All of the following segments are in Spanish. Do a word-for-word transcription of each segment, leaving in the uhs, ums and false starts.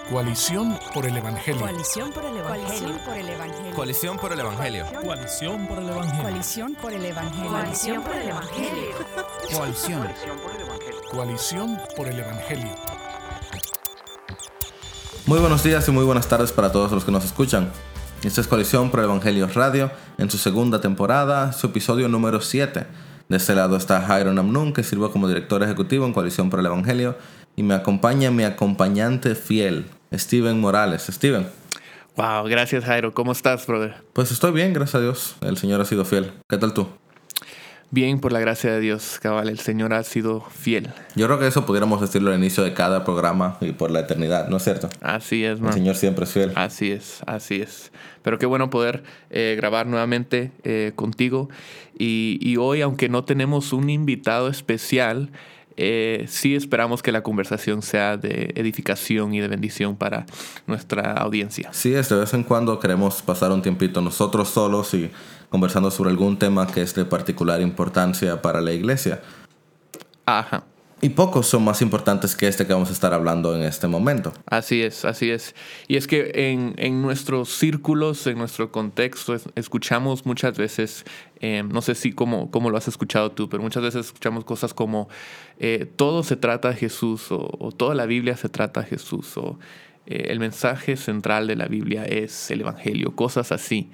Coalición por el Evangelio. Coalición por el Evangelio. Coalición por el Evangelio. Coalición por el Evangelio. Coalición por el Evangelio. Coalición por el Evangelio. Coalición. Coalición por el Evangelio. Muy buenos días y muy buenas tardes para todos los que nos escuchan. Esta es Coalición por el Evangelio Radio, en su segunda temporada, su episodio número siete. De este lado está Jairo Namnun, que sirve como director ejecutivo en Coalición por el Evangelio, y me acompaña mi acompañante fiel, Steven Morales. Steven. Wow, gracias Jairo. ¿Cómo estás, brother? Pues estoy bien, gracias a Dios. El Señor ha sido fiel. ¿Qué tal tú? Bien, por la gracia de Dios, cabal. El Señor ha sido fiel. Yo creo que eso pudiéramos decirlo al inicio de cada programa y por la eternidad, ¿no es cierto? Así es, man. El Señor siempre es fiel. Así es, así es. Pero qué bueno poder eh, grabar nuevamente eh, contigo. Y, y hoy, aunque no tenemos un invitado especial, eh, sí esperamos que la conversación sea de edificación y de bendición para nuestra audiencia. Sí, es de vez en cuando queremos pasar un tiempito nosotros solos y conversando sobre algún tema que es de particular importancia para la iglesia. Ajá. Y pocos son más importantes que este que vamos a estar hablando en este momento. Así es, así es. Y es que en, en nuestros círculos, en nuestro contexto, es, escuchamos muchas veces, eh, no sé si cómo, cómo lo has escuchado tú, pero muchas veces escuchamos cosas como eh, todo se trata de Jesús o, o toda la Biblia se trata de Jesús o eh, el mensaje central de la Biblia es el Evangelio, cosas así.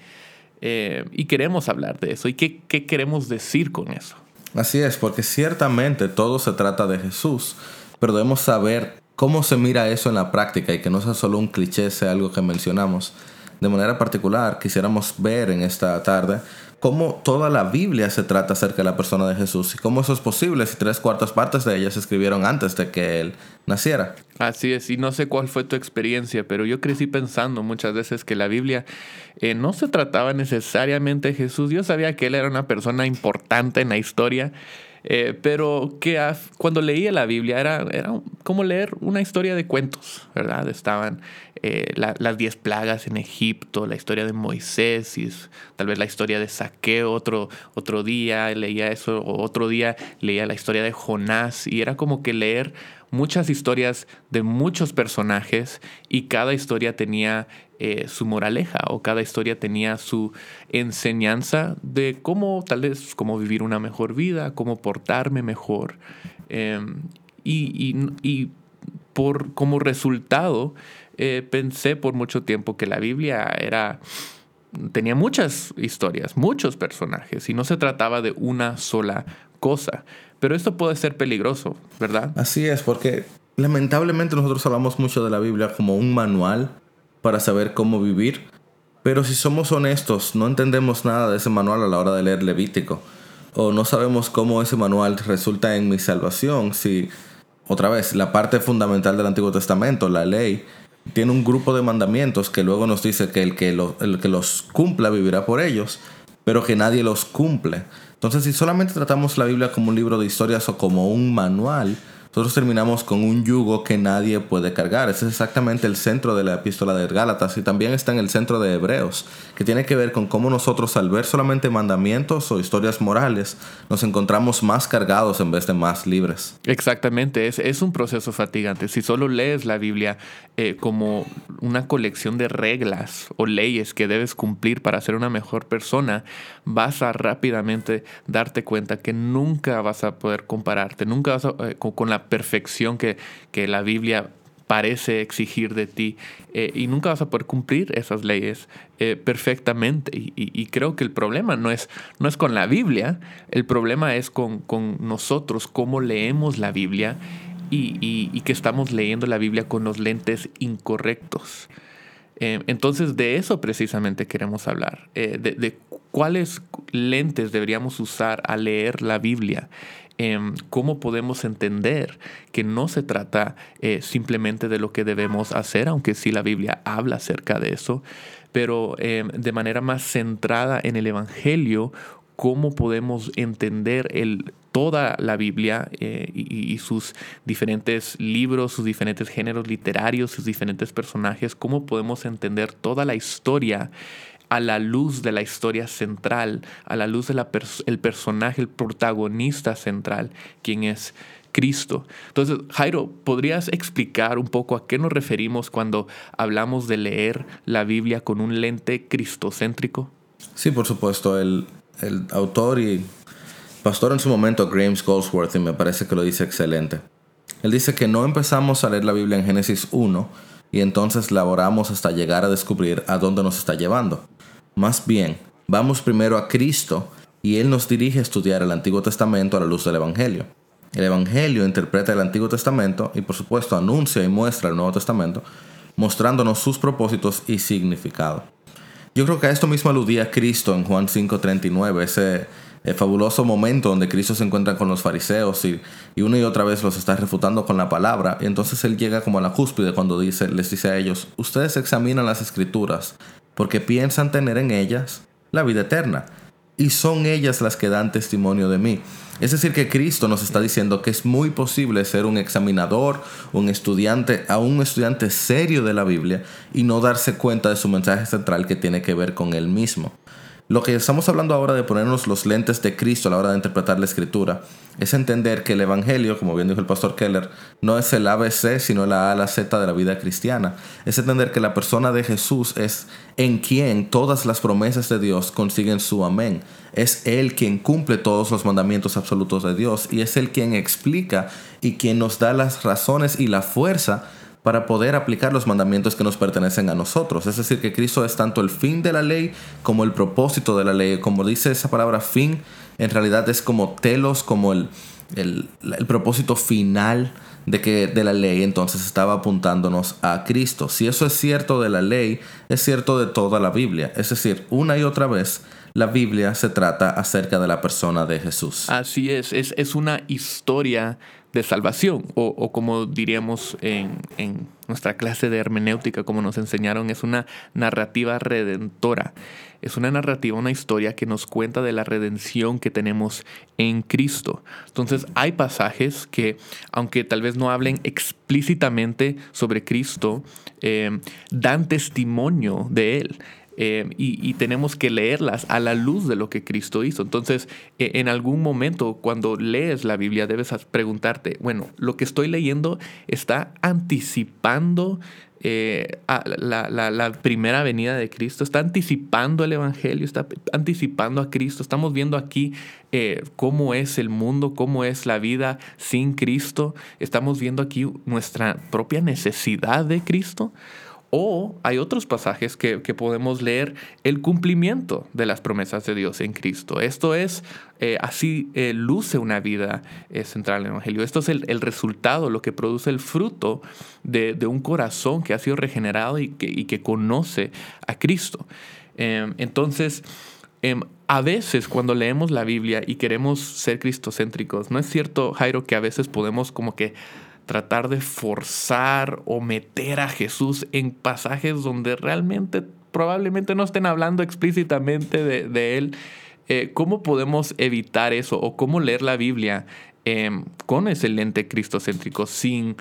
Eh, y queremos hablar de eso. ¿Y qué, qué queremos decir con eso? Así es, porque ciertamente todo se trata de Jesús, pero debemos saber cómo se mira eso en la práctica y que no sea solo un cliché, sea algo que mencionamos. De manera particular, quisiéramos ver en esta tarde cómo toda la Biblia se trata acerca de la persona de Jesús y cómo eso es posible si tres cuartas partes de ella se escribieron antes de que Él naciera. Así es, y no sé cuál fue tu experiencia, pero yo crecí pensando muchas veces que la Biblia eh, no se trataba necesariamente de Jesús. Yo sabía que Él era una persona importante en la historia, eh, pero que a, cuando leía la Biblia era, era como leer una historia de cuentos, ¿verdad? Estaban eh, la, las diez plagas en Egipto, la historia de Moisés, y tal vez la historia de Zaqueo otro, otro día leía eso, o otro día leía la historia de Jonás, y era como que leer muchas historias de muchos personajes y cada historia tenía eh, su moraleja o cada historia tenía su enseñanza de cómo tal vez cómo vivir una mejor vida, cómo portarme mejor. Eh, y, y, y por, como resultado eh, pensé por mucho tiempo que la Biblia era... tenía muchas historias, muchos personajes y no se trataba de una sola cosa. Pero esto puede ser peligroso, ¿verdad? Así es, porque lamentablemente nosotros hablamos mucho de la Biblia como un manual para saber cómo vivir. Pero si somos honestos, no entendemos nada de ese manual a la hora de leer Levítico. O no sabemos cómo ese manual resulta en mi salvación si, otra vez, la parte fundamental del Antiguo Testamento, la ley, tiene un grupo de mandamientos que luego nos dice que el que, lo, el que los cumpla vivirá por ellos, pero que nadie los cumple. Entonces, si solamente tratamos la Biblia como un libro de historias o como un manual, nosotros terminamos con un yugo que nadie puede cargar. Ese es exactamente el centro de la epístola de Gálatas y también está en el centro de Hebreos, que tiene que ver con cómo nosotros al ver solamente mandamientos o historias morales nos encontramos más cargados en vez de más libres. Exactamente, es, es un proceso fatigante. Si solo lees la Biblia eh, como una colección de reglas o leyes que debes cumplir para ser una mejor persona, vas a rápidamente darte cuenta que nunca vas a poder compararte, nunca vas a, eh, con, con la perfección que, que la Biblia parece exigir de ti eh, y nunca vas a poder cumplir esas leyes eh, perfectamente y, y, y creo que el problema no es, no es con la Biblia, el problema es con, con nosotros, cómo leemos la Biblia y, y, y que estamos leyendo la Biblia con los lentes incorrectos. Eh, entonces de eso precisamente queremos hablar, eh, de, de cuáles lentes deberíamos usar al leer la Biblia. Eh, cómo podemos entender que no se trata eh, simplemente de lo que debemos hacer, aunque sí la Biblia habla acerca de eso, pero eh, de manera más centrada en el Evangelio, cómo podemos entender el, toda la Biblia eh, y, y sus diferentes libros, sus diferentes géneros literarios, sus diferentes personajes, cómo podemos entender toda la historia a la luz de la historia central, a la luz del pers- personaje, el protagonista central, quien es Cristo. Entonces, Jairo, ¿podrías explicar un poco a qué nos referimos cuando hablamos de leer la Biblia con un lente cristocéntrico? Sí, por supuesto. El, el autor y pastor en su momento, James Goldsworthy, me parece que lo dice excelente. Él dice que no empezamos a leer la Biblia en Génesis uno y entonces laboramos hasta llegar a descubrir a dónde nos está llevando. Más bien, vamos primero a Cristo y Él nos dirige a estudiar el Antiguo Testamento a la luz del Evangelio. El Evangelio interpreta el Antiguo Testamento y por supuesto anuncia y muestra el Nuevo Testamento, mostrándonos sus propósitos y significado. Yo creo que a esto mismo aludía Cristo en Juan cinco treinta y nueve, ese eh, fabuloso momento donde Cristo se encuentra con los fariseos y, y una y otra vez los está refutando con la palabra. Y entonces Él llega como a la cúspide cuando dice, les dice a ellos, ustedes examinan las Escrituras porque piensan tener en ellas la vida eterna. Y son ellas las que dan testimonio de mí. Es decir, que Cristo nos está diciendo que es muy posible ser un examinador, un estudiante, a un estudiante serio de la Biblia y no darse cuenta de su mensaje central que tiene que ver con Él mismo. Lo que estamos hablando ahora de ponernos los lentes de Cristo a la hora de interpretar la Escritura es entender que el Evangelio, como bien dijo el pastor Keller, no es el A B C, sino la A a la Z de la vida cristiana. Es entender que la persona de Jesús es en quien todas las promesas de Dios consiguen su amén. Es Él quien cumple todos los mandamientos absolutos de Dios y es Él quien explica y quien nos da las razones y la fuerza para poder aplicar los mandamientos que nos pertenecen a nosotros. Es decir, que Cristo es tanto el fin de la ley como el propósito de la ley. Como dice esa palabra fin, en realidad es como telos, como el, el, el propósito final de, que, de la ley. Entonces estaba apuntándonos a Cristo. Si eso es cierto de la ley, es cierto de toda la Biblia. Es decir, una y otra vez, la Biblia se trata acerca de la persona de Jesús. Así es, es, es una historia de salvación, o, o como diríamos en, en nuestra clase de hermenéutica, como nos enseñaron, es una narrativa redentora. Es una narrativa, una historia que nos cuenta de la redención que tenemos en Cristo. Entonces hay pasajes que, aunque tal vez no hablen explícitamente sobre Cristo, eh, dan testimonio de Él. Eh, y, y tenemos que leerlas a la luz de lo que Cristo hizo. Entonces, eh, en algún momento, cuando lees la Biblia, debes preguntarte, bueno, lo que estoy leyendo está anticipando eh, a la, la, la primera venida de Cristo, está anticipando el Evangelio, está anticipando a Cristo. Estamos viendo aquí eh, cómo es el mundo, cómo es la vida sin Cristo. Estamos viendo aquí nuestra propia necesidad de Cristo. O hay otros pasajes que, que podemos leer el cumplimiento de las promesas de Dios en Cristo. Esto es, eh, así eh, luce una vida eh, central en el Evangelio. Esto es el, el resultado, lo que produce el fruto de, de un corazón que ha sido regenerado y que, y que conoce a Cristo. Eh, entonces, eh, a veces cuando leemos la Biblia y queremos ser cristocéntricos, ¿no es cierto, Jairo, que a veces podemos como que tratar de forzar o meter a Jesús en pasajes donde realmente probablemente no estén hablando explícitamente de, de Él? Eh, ¿Cómo podemos evitar eso? ¿O cómo leer la Biblia eh, con ese lente cristocéntrico sin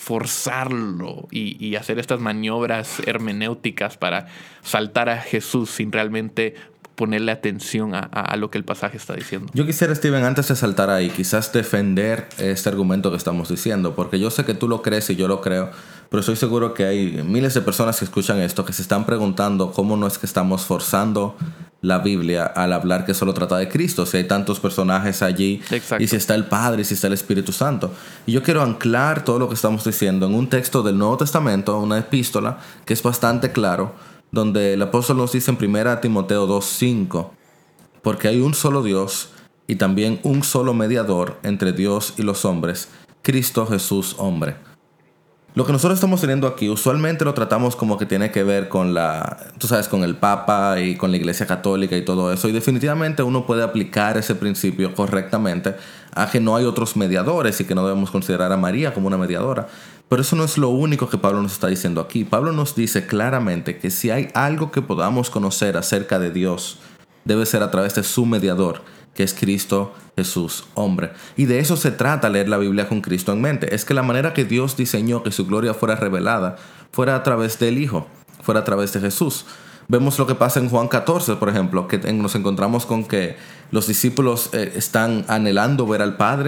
forzarlo y, y hacer estas maniobras hermenéuticas para saltar a Jesús sin realmente ponerle atención a, a, a lo que el pasaje está diciendo? Yo quisiera, Steven, antes de saltar ahí, quizás defender este argumento que estamos diciendo, porque yo sé que tú lo crees y yo lo creo, pero estoy seguro que hay miles de personas que escuchan esto que se están preguntando cómo no es que estamos forzando la Biblia al hablar que solo trata de Cristo, si hay tantos personajes allí. Exacto. Y si está el Padre, y si está el Espíritu Santo. Y yo quiero anclar todo lo que estamos diciendo en un texto del Nuevo Testamento, una epístola que es bastante claro, donde el apóstol nos dice en primera Timoteo dos cinco, porque hay un solo Dios y también un solo mediador entre Dios y los hombres, Cristo Jesús hombre. Lo que nosotros estamos teniendo aquí usualmente lo tratamos como que tiene que ver con la, tú sabes, con el Papa y con la Iglesia Católica y todo eso, y definitivamente uno puede aplicar ese principio correctamente a que no hay otros mediadores y que no debemos considerar a María como una mediadora. Pero eso no es lo único que Pablo nos está diciendo aquí. Pablo nos dice claramente que si hay algo que podamos conocer acerca de Dios, debe ser a través de su mediador, que es Cristo Jesús, hombre. Y de eso se trata leer la Biblia con Cristo en mente. Es que la manera que Dios diseñó que su gloria fuera revelada fuera a través del Hijo, fuera a través de Jesús. Vemos lo que pasa en Juan catorce, por ejemplo, que nos encontramos con que los discípulos eh, están anhelando ver al Padre.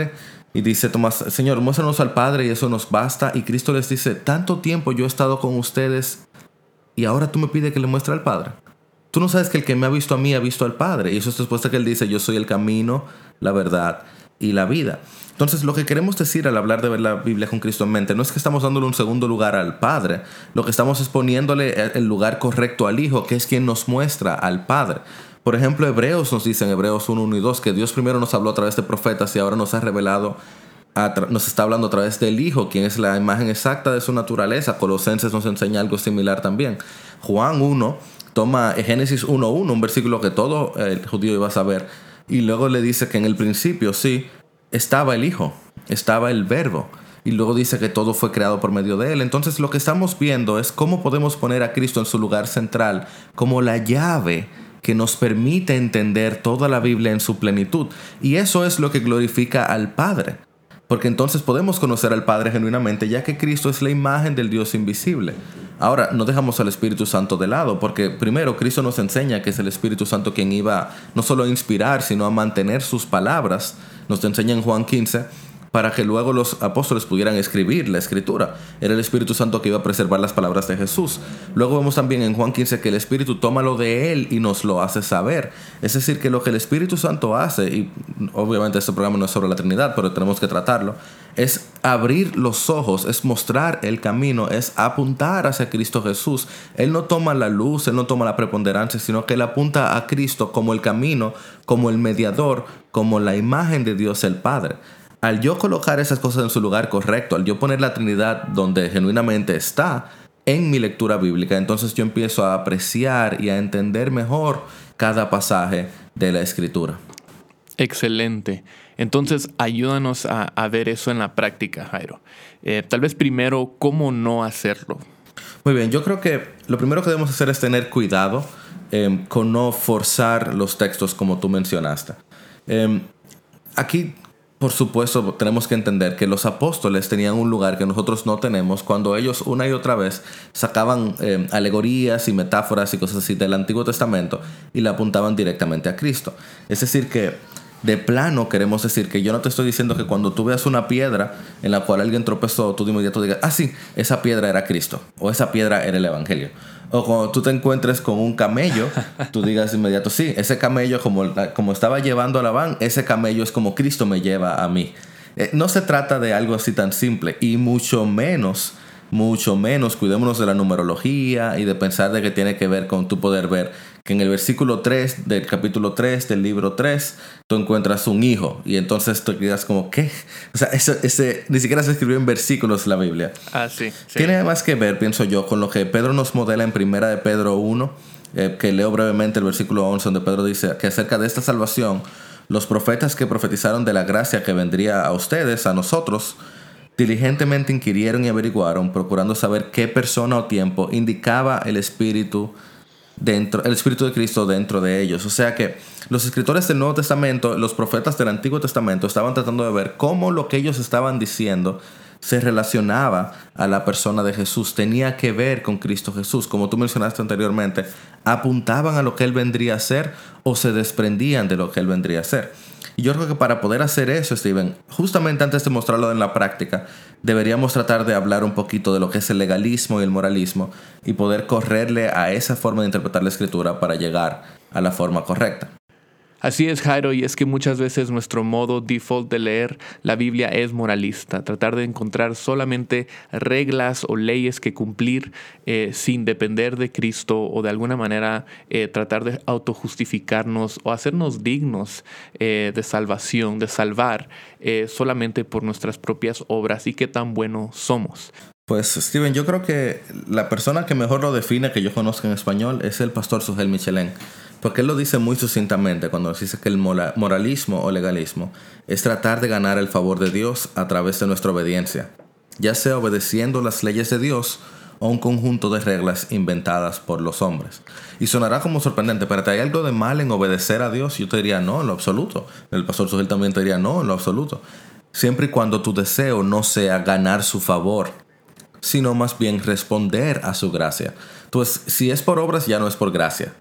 Y dice Tomás, Señor, muéstranos al Padre y eso nos basta. Y Cristo les dice, tanto tiempo yo he estado con ustedes y ahora tú me pides que le muestre al Padre. Tú no sabes que el que me ha visto a mí ha visto al Padre. Y eso es después de que él dice, yo soy el camino, la verdad y la vida. Entonces, lo que queremos decir al hablar de ver la Biblia con Cristo en mente no es que estamos dándole un segundo lugar al Padre. Lo que estamos es poniéndole el lugar correcto al Hijo, que es quien nos muestra al Padre. Por ejemplo, Hebreos nos dice en Hebreos uno, uno y dos que Dios primero nos habló a través de profetas y ahora nos ha revelado, a tra- nos está hablando a través del Hijo, quien es la imagen exacta de su naturaleza. Colosenses nos enseña algo similar también. Juan uno toma Génesis uno uno, un versículo que todo el judío iba a saber, y luego le dice que en el principio, sí, estaba el Hijo, estaba el Verbo. Y luego dice que todo fue creado por medio de Él. Entonces lo que estamos viendo es cómo podemos poner a Cristo en su lugar central como la llave que nos permite entender toda la Biblia en su plenitud. Y eso es lo que glorifica al Padre. Porque entonces podemos conocer al Padre genuinamente, ya que Cristo es la imagen del Dios invisible. Ahora, no dejamos al Espíritu Santo de lado, porque primero Cristo nos enseña que es el Espíritu Santo quien iba no solo a inspirar, sino a mantener sus palabras. Nos enseña en Juan quince, para que luego los apóstoles pudieran escribir la escritura. Era el Espíritu Santo que iba a preservar las palabras de Jesús. Luego vemos también en Juan quince que el Espíritu toma lo de Él y nos lo hace saber. Es decir, que lo que el Espíritu Santo hace, y obviamente este programa no es sobre la Trinidad, pero tenemos que tratarlo, es abrir los ojos, es mostrar el camino, es apuntar hacia Cristo Jesús. Él no toma la luz, Él no toma la preponderancia, sino que Él apunta a Cristo como el camino, como el mediador, como la imagen de Dios el Padre. Al yo colocar esas cosas en su lugar correcto, al yo poner la Trinidad donde genuinamente está en mi lectura bíblica, entonces yo empiezo a apreciar y a entender mejor cada pasaje de la Escritura. Excelente. Entonces, ayúdanos a, a ver eso en la práctica, Jairo. Eh, tal vez primero, ¿cómo no hacerlo? Muy bien, yo creo que lo primero que debemos hacer es tener cuidado eh, con no forzar los textos como tú mencionaste. Eh, aquí... Por supuesto, tenemos que entender que los apóstoles tenían un lugar que nosotros no tenemos cuando ellos una y otra vez sacaban eh, alegorías y metáforas y cosas así del Antiguo Testamento y la apuntaban directamente a Cristo. Es decir que de plano queremos decir que yo no te estoy diciendo que cuando tú veas una piedra en la cual alguien tropezó, tú de inmediato digas, ah sí, esa piedra era Cristo o esa piedra era el Evangelio. O cuando tú te encuentres con un camello, tú digas de inmediato, sí, ese camello como, como estaba llevando a Labán, ese camello es como Cristo me lleva a mí. Eh, no se trata de algo así tan simple y mucho menos, mucho menos cuidémonos de la numerología y de pensar de que tiene que ver con tu poder ver que en el versículo tres del capítulo tres del libro tres tú encuentras un hijo y entonces tú quedas como ¿qué? O sea, ese, ese, ni siquiera se escribió en versículos la Biblia. Ah, sí, sí. Tiene además que ver, pienso yo, con lo que Pedro nos modela en primera de Pedro uno, eh, que leo brevemente el versículo once, donde Pedro dice que acerca de esta salvación, los profetas que profetizaron de la gracia que vendría a ustedes, a nosotros, diligentemente inquirieron y averiguaron, procurando saber qué persona o tiempo indicaba el Espíritu dentro, el Espíritu de Cristo dentro de ellos. O sea que los escritores del Nuevo Testamento, los profetas del Antiguo Testamento estaban tratando de ver cómo lo que ellos estaban diciendo se relacionaba a la persona de Jesús, tenía que ver con Cristo Jesús. Como tú mencionaste anteriormente, apuntaban a lo que Él vendría a ser o se desprendían de lo que Él vendría a ser. Y yo creo que para poder hacer eso, Steven, justamente antes de mostrarlo en la práctica, deberíamos tratar de hablar un poquito de lo que es el legalismo y el moralismo y poder correrle a esa forma de interpretar la Escritura para llegar a la forma correcta. Así es, Jairo, y es que muchas veces nuestro modo default de leer la Biblia es moralista, tratar de encontrar solamente reglas o leyes que cumplir eh, sin depender de Cristo o de alguna manera eh, tratar de autojustificarnos o hacernos dignos eh, de salvación, de salvar eh, solamente por nuestras propias obras y qué tan buenos somos. Pues, Steven, yo creo que la persona que mejor lo define que yo conozco en español es el pastor Sujel Michelén. Porque él lo dice muy sucintamente cuando dice que el moralismo o legalismo es tratar de ganar el favor de Dios a través de nuestra obediencia, ya sea obedeciendo las leyes de Dios o un conjunto de reglas inventadas por los hombres. Y sonará como sorprendente, pero ¿hay algo de mal en obedecer a Dios? Yo te diría no, en lo absoluto. El pastor Sujel también te diría no, en lo absoluto. Siempre y cuando tu deseo no sea ganar su favor, sino más bien responder a su gracia. Entonces, si es por obras, ya no es por gracia.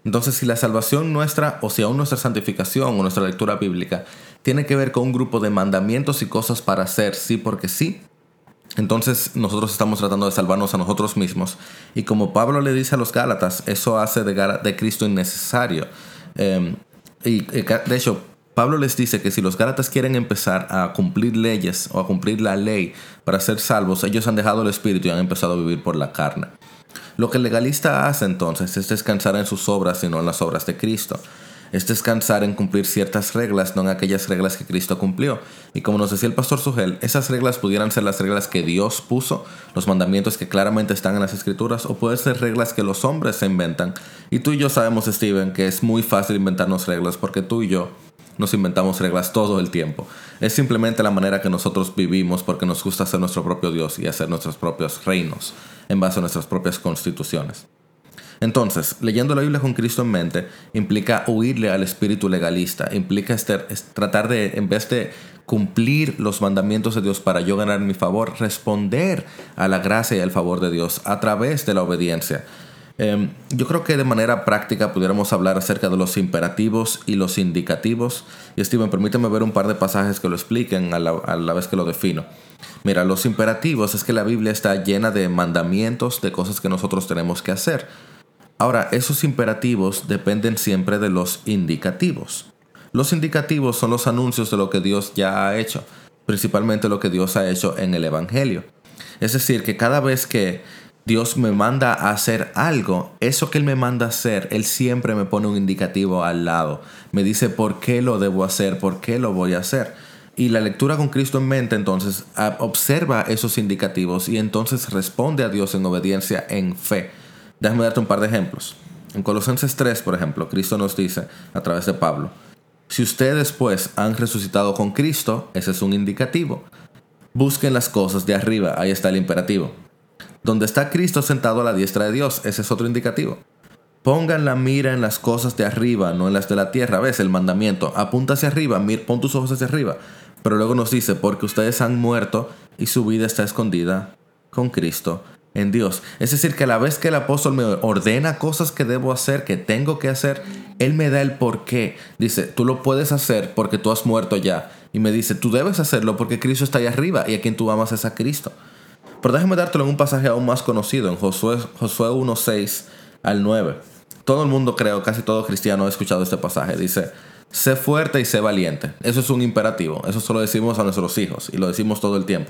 Entonces, si la salvación nuestra, o si aún nuestra santificación o nuestra lectura bíblica, tiene que ver con un grupo de mandamientos y cosas para hacer, sí porque sí, entonces nosotros estamos tratando de salvarnos a nosotros mismos. Y como Pablo le dice a los Gálatas, eso hace de, de Cristo innecesario. Eh, y de hecho, Pablo les dice que si los Gálatas quieren empezar a cumplir leyes o a cumplir la ley para ser salvos, ellos han dejado el Espíritu y han empezado a vivir por la carne. Lo que el legalista hace entonces es descansar en sus obras y no en las obras de Cristo. Es descansar en cumplir ciertas reglas, no en aquellas reglas que Cristo cumplió. Y como nos decía el pastor Sugel, esas reglas pudieran ser las reglas que Dios puso, los mandamientos que claramente están en las Escrituras, o pueden ser reglas que los hombres se inventan. Y tú y yo sabemos, Steven, que es muy fácil inventarnos reglas porque tú y yo nos inventamos reglas todo el tiempo. Es simplemente la manera que nosotros vivimos porque nos gusta ser nuestro propio Dios y hacer nuestros propios reinos en base a nuestras propias constituciones. Entonces, leyendo la Biblia con Cristo en mente implica huirle al espíritu legalista, implica este, tratar de, en vez de cumplir los mandamientos de Dios para yo ganar mi favor, responder a la gracia y al favor de Dios a través de la obediencia. Eh, yo creo que de manera práctica pudiéramos hablar acerca de los imperativos y los indicativos. Y Steven, permíteme ver un par de pasajes que lo expliquen a la, a la vez que lo defino. Mira, los imperativos es que la Biblia está llena de mandamientos, de cosas que nosotros tenemos que hacer. Ahora, esos imperativos dependen siempre de los indicativos. Los indicativos son los anuncios de lo que Dios ya ha hecho, principalmente lo que Dios ha hecho en el Evangelio. Es decir, que cada vez que Dios me manda a hacer algo, eso que Él me manda a hacer, Él siempre me pone un indicativo al lado. Me dice por qué lo debo hacer, por qué lo voy a hacer. Y la lectura con Cristo en mente, entonces, observa esos indicativos y entonces responde a Dios en obediencia, en fe. Déjame darte un par de ejemplos. En Colosenses tres, por ejemplo, Cristo nos dice, a través de Pablo, si ustedes pues han resucitado con Cristo, ese es un indicativo. Busquen las cosas de arriba, ahí está el imperativo. Donde está Cristo sentado a la diestra de Dios, ese es otro indicativo. Pongan la mira en las cosas de arriba, no en las de la tierra. ¿Ves el mandamiento? Apunta hacia arriba, mir, pon tus ojos hacia arriba. Pero luego nos dice, porque ustedes han muerto y su vida está escondida con Cristo en Dios. Es decir, que a la vez que el apóstol me ordena cosas que debo hacer, que tengo que hacer, Él me da el por qué. Dice, tú lo puedes hacer porque tú has muerto ya. Y me dice, tú debes hacerlo porque Cristo está ahí arriba y a quien tú amas es a Cristo. Pero déjame dártelo en un pasaje aún más conocido, en Josué, Josué uno, seis al nueve. Todo el mundo, creo, casi todo cristiano ha escuchado este pasaje. Dice, sé fuerte y sé valiente. Eso es un imperativo. Eso solo decimos a nuestros hijos y lo decimos todo el tiempo.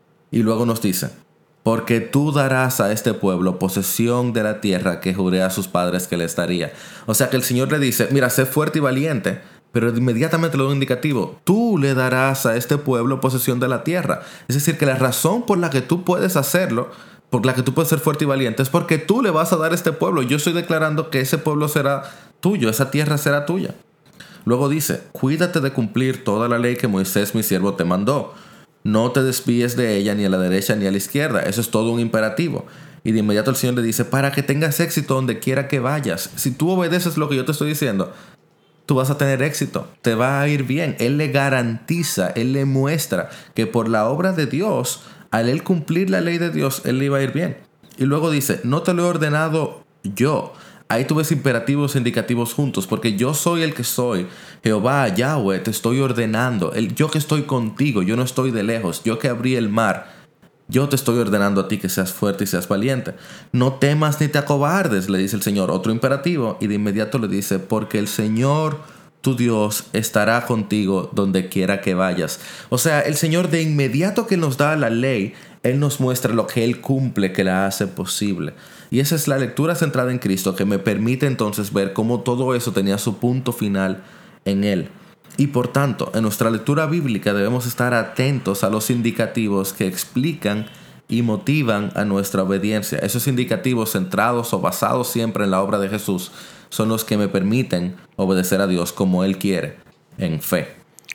Y luego nos dice, porque tú darás a este pueblo posesión de la tierra que juré a sus padres que les daría. O sea que el Señor le dice, mira, sé fuerte y valiente, pero inmediatamente le da un indicativo. Tú le darás a este pueblo posesión de la tierra. Es decir, que la razón por la que tú puedes hacerlo, por la que tú puedes ser fuerte y valiente, es porque tú le vas a dar a este pueblo. Yo estoy declarando que ese pueblo será tuyo, esa tierra será tuya. Luego dice, cuídate de cumplir toda la ley que Moisés mi siervo te mandó. No te desvíes de ella ni a la derecha ni a la izquierda. Eso es todo un imperativo. Y de inmediato el Señor le dice, para que tengas éxito donde quiera que vayas. Si tú obedeces lo que yo te estoy diciendo, tú vas a tener éxito, te va a ir bien. Él le garantiza, Él le muestra que por la obra de Dios, al Él cumplir la ley de Dios, Él le iba a ir bien. Y luego dice, no te lo he ordenado yo. Ahí tú ves imperativos e indicativos juntos, porque yo soy el que soy. Jehová, Yahweh, te estoy ordenando. El, yo que estoy contigo, yo no estoy de lejos. Yo que abrí el mar, yo te estoy ordenando a ti que seas fuerte y seas valiente. No temas ni te acobardes, le dice el Señor. Otro imperativo, y de inmediato le dice, porque el Señor, tu Dios, estará contigo donde quiera que vayas. O sea, el Señor de inmediato que nos da la ley, Él nos muestra lo que Él cumple, que la hace posible. Y esa es la lectura centrada en Cristo que me permite entonces ver cómo todo eso tenía su punto final en Él. Y por tanto, en nuestra lectura bíblica debemos estar atentos a los indicativos que explican y motivan a nuestra obediencia. Esos indicativos centrados o basados siempre en la obra de Jesús son los que me permiten obedecer a Dios como Él quiere, en fe.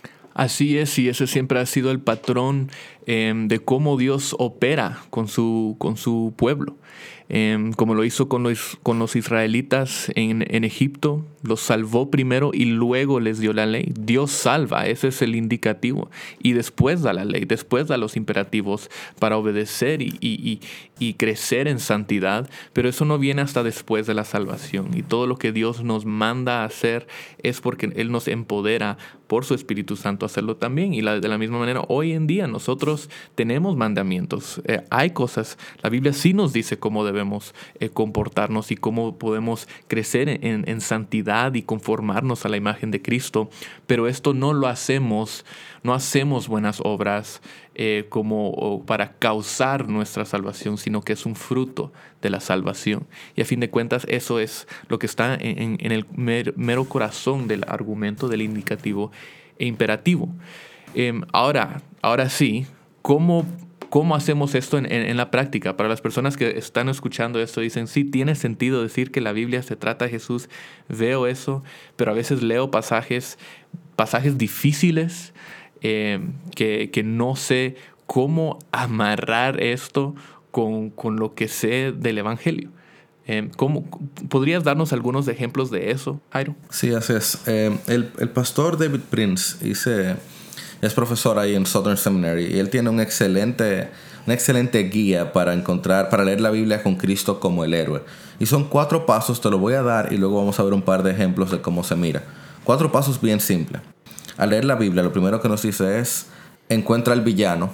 Así es, y ese siempre ha sido el patrón eh, de cómo Dios opera con su, con su pueblo. eh, como lo hizo con los, con los israelitas en, en Egipto. Los salvó primero y luego les dio la ley. Dios salva, ese es el indicativo. Y después da la ley, después da los imperativos para obedecer y, y, y, y crecer en santidad. Pero eso no viene hasta después de la salvación. Y todo lo que Dios nos manda a hacer es porque Él nos empodera por su Espíritu Santo a hacerlo también. Y la, de la misma manera, hoy en día nosotros tenemos mandamientos. Eh, hay cosas, la Biblia sí nos dice cómo debemos eh, comportarnos y cómo podemos crecer en, en santidad y conformarnos a la imagen de Cristo. Pero esto no lo hacemos, no hacemos buenas obras eh, como para causar nuestra salvación, sino que es un fruto de la salvación. Y a fin de cuentas, eso es lo que está en, en, en el mer, mero corazón del argumento, del indicativo e imperativo. Eh, ahora, ahora sí, ¿cómo ¿Cómo hacemos esto en, en, en la práctica? Para las personas que están escuchando esto, dicen, sí, tiene sentido decir que la Biblia se trata de Jesús. Veo eso, pero a veces leo pasajes, pasajes difíciles eh, que, que no sé cómo amarrar esto con, con lo que sé del Evangelio. Eh, ¿cómo, ¿Podrías darnos algunos ejemplos de eso, Jairo? Sí, así es. Eh, el, el pastor David Prince dice... Es profesor ahí en Southern Seminary y él tiene un excelente, una excelente guía para encontrar, para leer la Biblia con Cristo como el héroe. Y son cuatro pasos, te lo voy a dar y luego vamos a ver un par de ejemplos de cómo se mira. Cuatro pasos bien simples. Al leer la Biblia, lo primero que nos dice es, encuentra al villano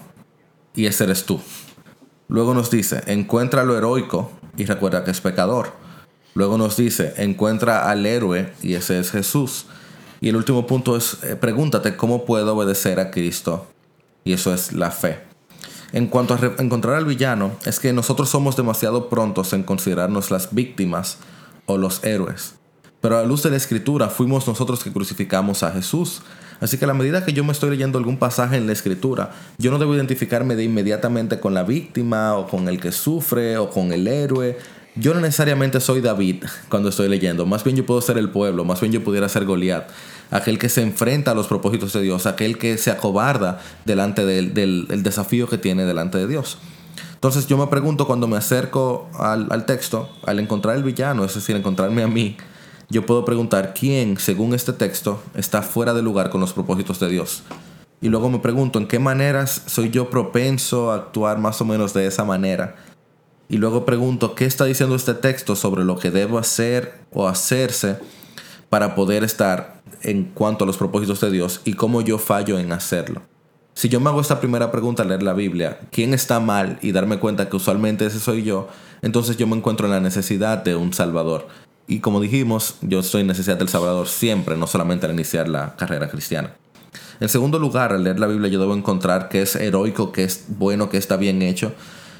y ese eres tú. Luego nos dice, encuentra lo heroico y recuerda que es pecador. Luego nos dice, encuentra al héroe y ese es Jesús. Y el último punto es, eh, pregúntate cómo puedo obedecer a Cristo. Y eso es la fe. En cuanto a re- encontrar al villano, es que nosotros somos demasiado prontos en considerarnos las víctimas o los héroes. Pero a la luz de la Escritura fuimos nosotros que crucificamos a Jesús. Así que a la medida que yo me estoy leyendo algún pasaje en la Escritura, yo no debo identificarme de inmediatamente con la víctima o con el que sufre o con el héroe. Yo no necesariamente soy David cuando estoy leyendo. Más bien yo puedo ser el pueblo. Más bien yo pudiera ser Goliat. Aquel que se enfrenta a los propósitos de Dios. Aquel que se acobarda delante del, del, del desafío que tiene delante de Dios. Entonces yo me pregunto cuando me acerco al, al texto, al encontrar el villano, es decir, encontrarme a mí, yo puedo preguntar quién, según este texto, está fuera de lugar con los propósitos de Dios. Y luego me pregunto en qué maneras soy yo propenso a actuar más o menos de esa manera. Y luego pregunto, ¿qué está diciendo este texto sobre lo que debo hacer o hacerse para poder estar en cuanto a los propósitos de Dios y cómo yo fallo en hacerlo? Si yo me hago esta primera pregunta al leer la Biblia, ¿quién está mal? Y darme cuenta que usualmente ese soy yo, entonces yo me encuentro en la necesidad de un Salvador. Y como dijimos, yo estoy en necesidad del Salvador siempre, no solamente al iniciar la carrera cristiana. En segundo lugar, al leer la Biblia yo debo encontrar que es heroico, que es bueno, que está bien hecho.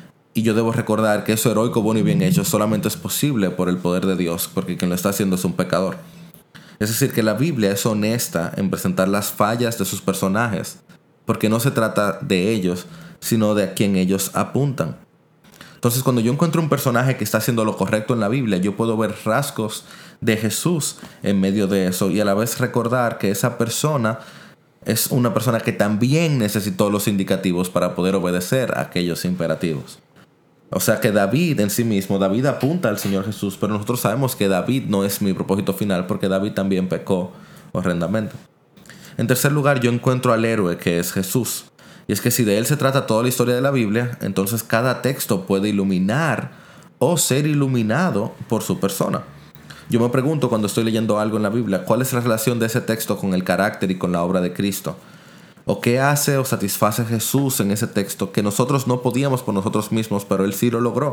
Y yo debo recordar que eso heroico, bueno y bien hecho solamente es posible por el poder de Dios, porque quien lo está haciendo es un pecador. Es decir, que la Biblia es honesta en presentar las fallas de sus personajes, porque no se trata de ellos, sino de a quien ellos apuntan. Entonces, cuando yo encuentro un personaje que está haciendo lo correcto en la Biblia, yo puedo ver rasgos de Jesús en medio de eso y a la vez recordar que esa persona es una persona que también necesitó los indicativos para poder obedecer a aquellos imperativos. O sea que David en sí mismo, David apunta al Señor Jesús, pero nosotros sabemos que David no es mi propósito final porque David también pecó horrendamente. En tercer lugar, yo encuentro al héroe que es Jesús. Y es que si de él se trata toda la historia de la Biblia, entonces cada texto puede iluminar o ser iluminado por su persona. Yo me pregunto cuando estoy leyendo algo en la Biblia, ¿cuál es la relación de ese texto con el carácter y con la obra de Cristo? ¿O qué hace o satisface Jesús en ese texto que nosotros no podíamos por nosotros mismos, pero Él sí lo logró?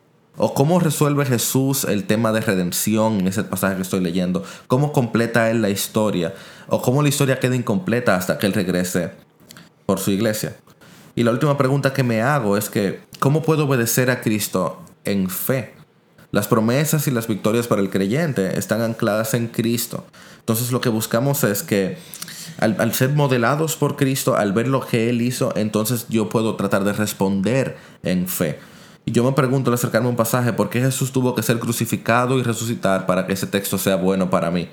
¿O cómo resuelve Jesús el tema de redención en ese pasaje que estoy leyendo? ¿Cómo completa Él la historia? ¿O cómo la historia queda incompleta hasta que Él regrese por su iglesia? Y la última pregunta que me hago es que, ¿cómo puedo obedecer a Cristo en fe? Las promesas y las victorias para el creyente están ancladas en Cristo. Entonces lo que buscamos es que Al, al ser modelados por Cristo, al ver lo que Él hizo, entonces yo puedo tratar de responder en fe. Y yo me pregunto al acercarme a un pasaje, ¿por qué Jesús tuvo que ser crucificado y resucitar para que ese texto sea bueno para mí?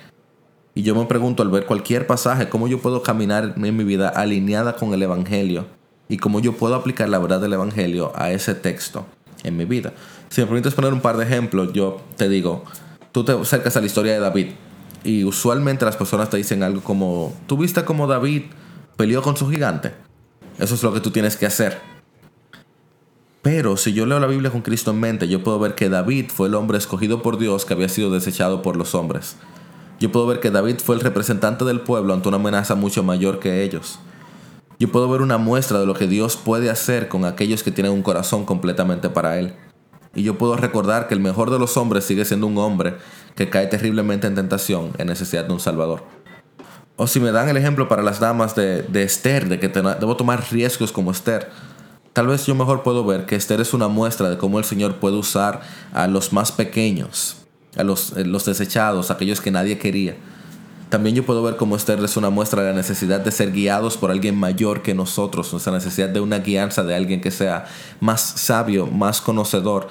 Y yo me pregunto al ver cualquier pasaje, ¿cómo yo puedo caminar en mi vida alineada con el Evangelio? Y cómo yo puedo aplicar la verdad del Evangelio a ese texto en mi vida. Si me permites poner un par de ejemplos, yo te digo, tú te acercas a la historia de David y usualmente las personas te dicen algo como, ¿tú viste cómo David peleó con su gigante? Eso es lo que tú tienes que hacer. Pero si yo leo la Biblia con Cristo en mente, yo puedo ver que David fue el hombre escogido por Dios que había sido desechado por los hombres. Yo puedo ver que David fue el representante del pueblo ante una amenaza mucho mayor que ellos. Yo puedo ver una muestra de lo que Dios puede hacer con aquellos que tienen un corazón completamente para Él. Y yo puedo recordar que el mejor de los hombres sigue siendo un hombre que cae terriblemente en tentación en necesidad de un Salvador. O si me dan el ejemplo para las damas de, de Esther, de que te, debo tomar riesgos como Esther, tal vez yo mejor puedo ver que Esther es una muestra de cómo el Señor puede usar a los más pequeños, a los, los desechados, a aquellos que nadie quería. También yo puedo ver cómo Esther es una muestra de la necesidad de ser guiados por alguien mayor que nosotros, nuestra necesidad de una guianza de alguien que sea más sabio, más conocedor,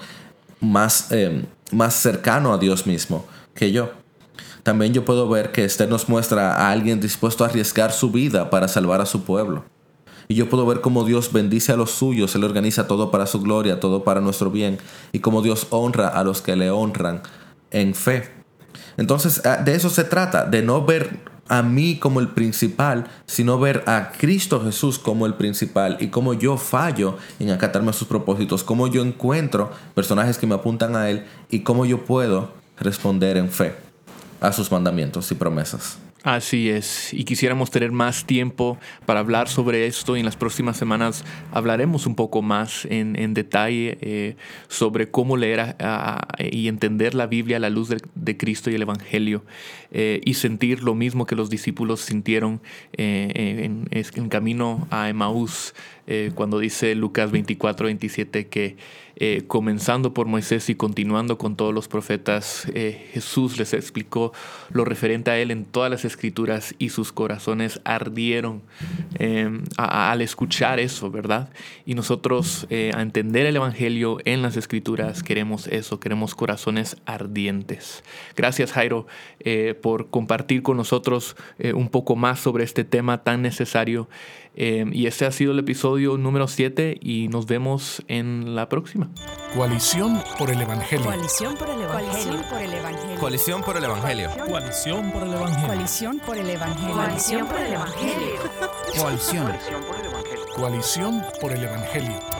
más, eh, más cercano a Dios mismo que yo. También yo puedo ver que Esther nos muestra a alguien dispuesto a arriesgar su vida para salvar a su pueblo. Y yo puedo ver cómo Dios bendice a los suyos, Él organiza todo para su gloria, todo para nuestro bien, y cómo Dios honra a los que le honran en fe. Entonces, de eso se trata, de no ver a mí como el principal, sino ver a Cristo Jesús como el principal y cómo yo fallo en acatarme a sus propósitos, cómo yo encuentro personajes que me apuntan a Él y cómo yo puedo responder en fe a sus mandamientos y promesas. Así es, y quisiéramos tener más tiempo para hablar sobre esto y en las próximas semanas hablaremos un poco más en, en detalle eh, sobre cómo leer a, a, y entender la Biblia a la luz de, de Cristo y el Evangelio eh, y sentir lo mismo que los discípulos sintieron eh, en, en camino a Emaús eh, cuando dice Lucas veinticuatro veintisiete que eh, comenzando por Moisés y continuando con todos los profetas, eh, Jesús les explicó lo referente a él en todas las escrituras y sus corazones ardieron eh, a, al escuchar eso, ¿verdad? Y nosotros eh, a entender el Evangelio en las escrituras queremos eso, queremos corazones ardientes. Gracias, Jairo, eh, por compartir con nosotros eh, un poco más sobre este tema tan necesario. Eh, y este ha sido el episodio número siete y nos vemos en la próxima. Coalición por el Evangelio. Coalición por el Evangelio. Coalición por el Evangelio. Coalición por el Evangelio. Coalición por el Evangelio. Coalición por el Evangelio. Coalición por el Evangelio. Coalición. Coalición por el Evangelio.